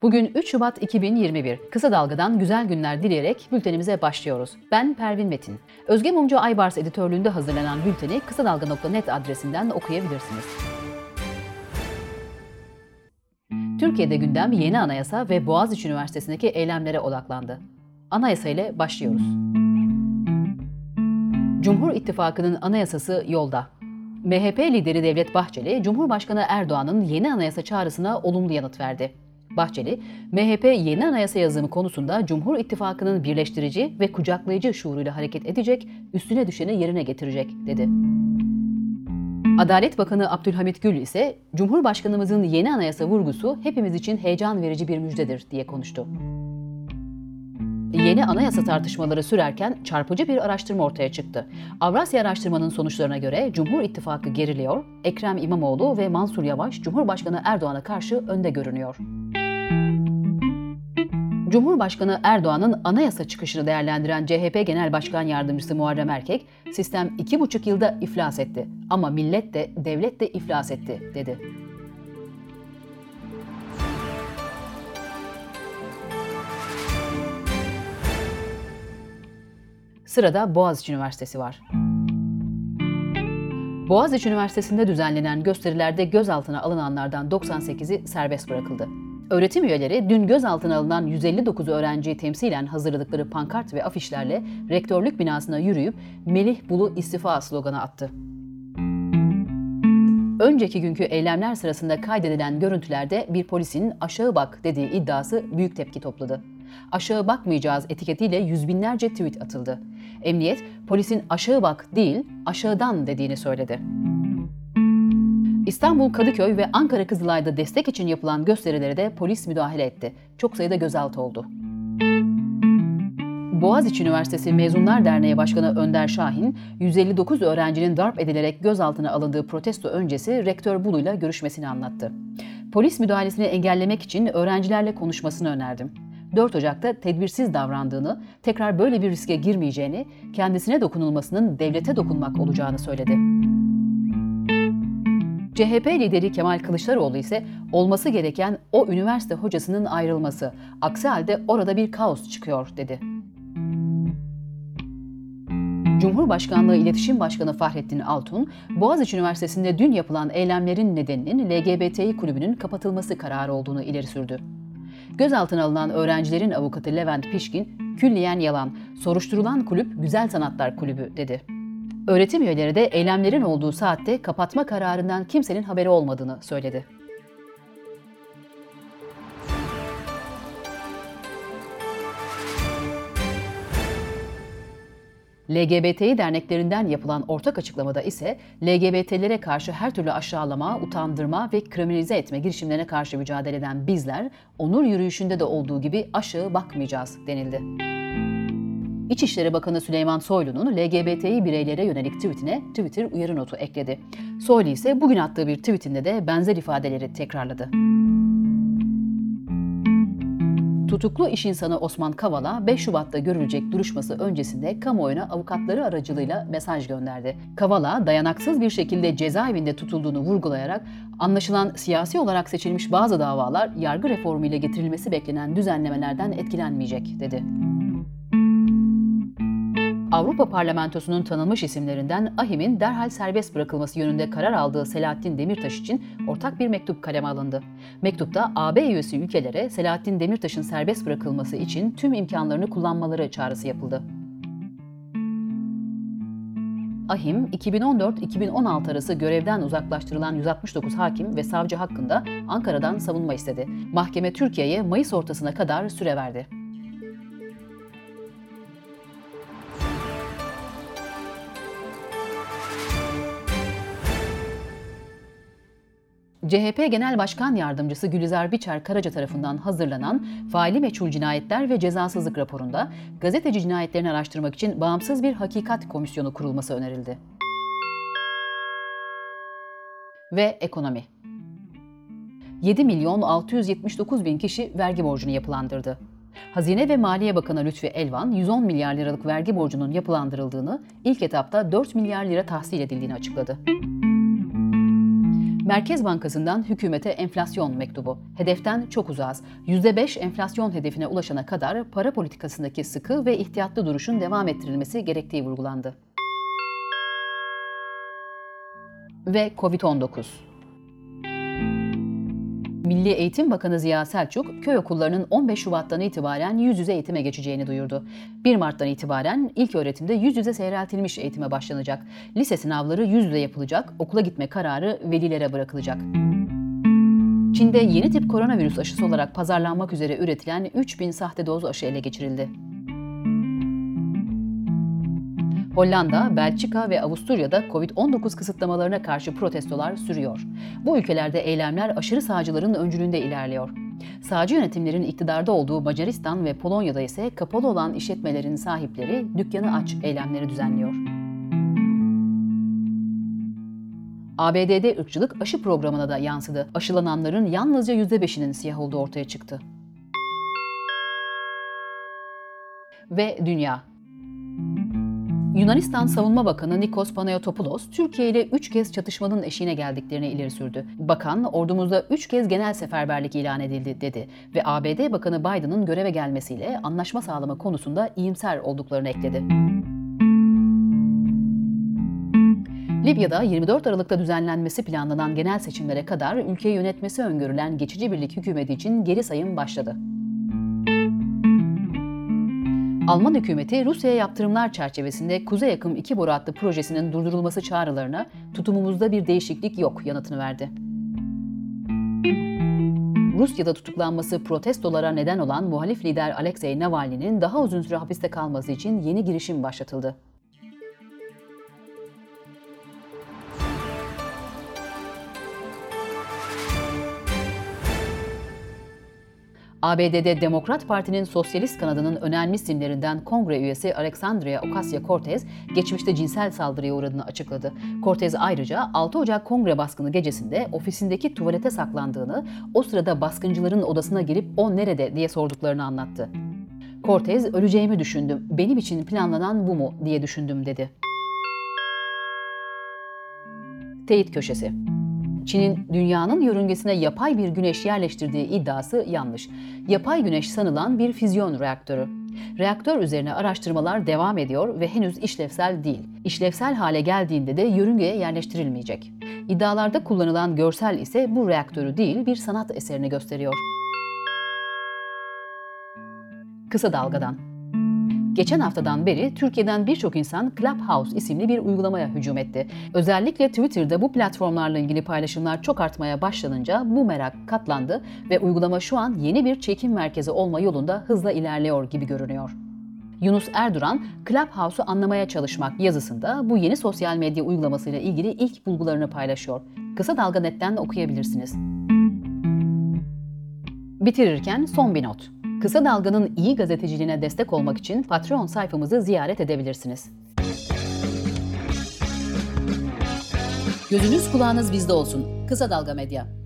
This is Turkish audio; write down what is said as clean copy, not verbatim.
Bugün 3 Şubat 2021. Kısa Dalga'dan güzel günler dileyerek bültenimize başlıyoruz. Ben Pervin Metin. Özge Mumcu Aybars editörlüğünde hazırlanan bülteni kısadalga.net adresinden okuyabilirsiniz. Türkiye'de gündem yeni anayasa ve Boğaziçi Üniversitesi'ndeki eylemlere odaklandı. Anayasa ile başlıyoruz. Cumhur İttifakı'nın anayasası yolda. MHP lideri Devlet Bahçeli, Cumhurbaşkanı Erdoğan'ın yeni anayasa çağrısına olumlu yanıt verdi. Bahçeli, MHP yeni anayasa yazımı konusunda Cumhur İttifakı'nın birleştirici ve kucaklayıcı şuuruyla hareket edecek, üstüne düşeni yerine getirecek, dedi. Adalet Bakanı Abdülhamit Gül ise, Cumhurbaşkanımızın yeni anayasa vurgusu hepimiz için heyecan verici bir müjdedir, diye konuştu. Yeni anayasa tartışmaları sürerken çarpıcı bir araştırma ortaya çıktı. Avrasya Araştırma'nın sonuçlarına göre Cumhur İttifakı geriliyor, Ekrem İmamoğlu ve Mansur Yavaş Cumhurbaşkanı Erdoğan'a karşı önde görünüyor. Cumhurbaşkanı Erdoğan'ın anayasa çıkışını değerlendiren CHP Genel Başkan Yardımcısı Muharrem Erkek, "Sistem 2,5 yılda iflas etti ama millet de devlet de iflas etti," dedi. Sırada Boğaziçi Üniversitesi var. Boğaziçi Üniversitesi'nde düzenlenen gösterilerde gözaltına alınanlardan 98'i serbest bırakıldı. Öğretim üyeleri dün gözaltına alınan 159 öğrenciyi temsilen hazırladıkları pankart ve afişlerle rektörlük binasına yürüyüp "Melih Bulu istifa" sloganı attı. Önceki günkü eylemler sırasında kaydedilen görüntülerde bir polisin "aşağı bak" dediği iddiası büyük tepki topladı. "Aşağı bakmayacağız" etiketiyle yüz binlerce tweet atıldı. Emniyet, polisin "aşağı bak" değil, "aşağıdan" dediğini söyledi. İstanbul, Kadıköy ve Ankara Kızılay'da destek için yapılan gösterilere de polis müdahale etti. Çok sayıda gözaltı oldu. Boğaziçi Üniversitesi Mezunlar Derneği Başkanı Önder Şahin, 159 öğrencinin darp edilerek gözaltına alındığı protesto öncesi Rektör Bulu'yla görüşmesini anlattı. "Polis müdahalesini engellemek için öğrencilerle konuşmasını önerdim. 4 Ocak'ta tedbirsiz davrandığını, tekrar böyle bir riske girmeyeceğini, kendisine dokunulmasının devlete dokunmak olacağını söyledi. CHP lideri Kemal Kılıçdaroğlu ise olması gereken o üniversite hocasının ayrılması, aksi halde orada bir kaos çıkıyor, dedi. Cumhurbaşkanlığı İletişim Başkanı Fahrettin Altun, Boğaziçi Üniversitesi'nde dün yapılan eylemlerin nedeninin LGBTİ kulübünün kapatılması kararı olduğunu ileri sürdü. Gözaltına alınan öğrencilerin avukatı Levent Pişkin, "Külliyen yalan, soruşturulan kulüp Güzel Sanatlar Kulübü," dedi. Öğretim üyeleri de eylemlerin olduğu saatte kapatma kararından kimsenin haberi olmadığını söyledi. LGBTİ derneklerinden yapılan ortak açıklamada ise LGBT'lere karşı her türlü aşağılama, utandırma ve kriminalize etme girişimlerine karşı mücadele eden bizler, onur yürüyüşünde de olduğu gibi aşağı bakmayacağız denildi. İçişleri Bakanı Süleyman Soylu'nun LGBTİ bireylere yönelik tweetine Twitter uyarı notu ekledi. Soylu ise bugün attığı bir tweetinde de benzer ifadeleri tekrarladı. Tutuklu iş insanı Osman Kavala, 5 Şubat'ta görülecek duruşması öncesinde kamuoyuna avukatları aracılığıyla mesaj gönderdi. Kavala, dayanaksız bir şekilde cezaevinde tutulduğunu vurgulayarak, "Anlaşılan siyasi olarak seçilmiş bazı davalar yargı reformu ile getirilmesi beklenen düzenlemelerden etkilenmeyecek," dedi. Avrupa Parlamentosu'nun tanınmış isimlerinden AİHM'in derhal serbest bırakılması yönünde karar aldığı Selahattin Demirtaş için ortak bir mektup kaleme alındı. Mektupta AB üyesi ülkelere Selahattin Demirtaş'ın serbest bırakılması için tüm imkanlarını kullanmaları çağrısı yapıldı. AİHM, 2014-2016 arası görevden uzaklaştırılan 169 hakim ve savcı hakkında Ankara'dan savunma istedi. Mahkeme Türkiye'ye Mayıs ortasına kadar süre verdi. CHP Genel Başkan Yardımcısı Gülizar Biçer Karaca tarafından hazırlanan Faili Meçhul Cinayetler ve Cezasızlık raporunda gazeteci cinayetlerini araştırmak için bağımsız bir hakikat komisyonu kurulması önerildi. Ve ekonomi. 7.679.000 kişi vergi borcunu yapılandırdı. Hazine ve Maliye Bakanı Lütfi Elvan, 110 milyar liralık vergi borcunun yapılandırıldığını, ilk etapta 4 milyar lira tahsil edildiğini açıkladı. Merkez Bankası'ndan hükümete enflasyon mektubu. Hedeften çok uzağız. %5 enflasyon hedefine ulaşana kadar para politikasındaki sıkı ve ihtiyatlı duruşun devam ettirilmesi gerektiği vurgulandı. Ve Covid-19. Milli Eğitim Bakanı Ziya Selçuk, köy okullarının 15 Şubat'tan itibaren yüz yüze eğitime geçeceğini duyurdu. 1 Mart'tan itibaren ilköğretimde yüz yüze seyreltilmiş eğitime başlanacak. Lise sınavları yüz yüze yapılacak, okula gitme kararı velilere bırakılacak. Çin'de yeni tip koronavirüs aşısı olarak pazarlanmak üzere üretilen 3000 sahte doz aşı ele geçirildi. Hollanda, Belçika ve Avusturya'da Covid-19 kısıtlamalarına karşı protestolar sürüyor. Bu ülkelerde eylemler aşırı sağcıların öncülüğünde ilerliyor. Sağcı yönetimlerin iktidarda olduğu Macaristan ve Polonya'da ise kapalı olan işletmelerin sahipleri dükkanı aç eylemleri düzenliyor. ABD'de ırkçılık aşı programına da yansıdı. Aşılananların yalnızca %5'inin siyah olduğu ortaya çıktı. Ve dünya. Yunanistan Savunma Bakanı Nikos Panayotopoulos, Türkiye ile 3 kez çatışmanın eşiğine geldiklerini ileri sürdü. Bakan, ordumuzda 3 kez genel seferberlik ilan edildi dedi ve ABD Bakanı Biden'ın göreve gelmesiyle anlaşma sağlama konusunda iyimser olduklarını ekledi. Libya'da 24 Aralık'ta düzenlenmesi planlanan genel seçimlere kadar ülkeyi yönetmesi öngörülen geçici birlik hükümeti için geri sayım başladı. Alman hükümeti Rusya'ya yaptırımlar çerçevesinde Kuzey Akım 2 boru hattı projesinin durdurulması çağrılarına "Tutumumuzda bir değişiklik yok" yanıtını verdi. Rusya'da tutuklanması protestolara neden olan muhalif lider Alexei Navalny'nin daha uzun süre hapiste kalması için yeni girişim başlatıldı. ABD'de Demokrat Parti'nin sosyalist kanadının önemli isimlerinden kongre üyesi Alexandria Ocasio-Cortez, geçmişte cinsel saldırıya uğradığını açıkladı. Cortez ayrıca 6 Ocak kongre baskını gecesinde ofisindeki tuvalete saklandığını, o sırada baskıncıların odasına girip "O nerede?" diye sorduklarını anlattı. Cortez, "Öleceğimi düşündüm, benim için planlanan bu mu diye düşündüm" dedi. Teyit köşesi. Çin'in dünyanın yörüngesine yapay bir güneş yerleştirdiği iddiası yanlış. Yapay güneş sanılan bir füzyon reaktörü. Reaktör üzerine araştırmalar devam ediyor ve henüz işlevsel değil. İşlevsel hale geldiğinde de yörüngeye yerleştirilmeyecek. İddialarda kullanılan görsel ise bu reaktörü değil, bir sanat eserini gösteriyor. Kısa Dalga'dan. Geçen haftadan beri Türkiye'den birçok insan Clubhouse isimli bir uygulamaya hücum etti. Özellikle Twitter'da bu platformlarla ilgili paylaşımlar çok artmaya başlanınca bu merak katlandı ve uygulama şu an yeni bir çekim merkezi olma yolunda hızla ilerliyor gibi görünüyor. Yunus Erduran, Clubhouse'u anlamaya çalışmak yazısında bu yeni sosyal medya uygulamasıyla ilgili ilk bulgularını paylaşıyor. Kısa Dalga.net'ten okuyabilirsiniz. Bitirirken son bir not. Kısa Dalga'nın iyi gazeteciliğine destek olmak için Patreon sayfamızı ziyaret edebilirsiniz. Gözünüz kulağınız bizde olsun. Kısa Dalga Medya.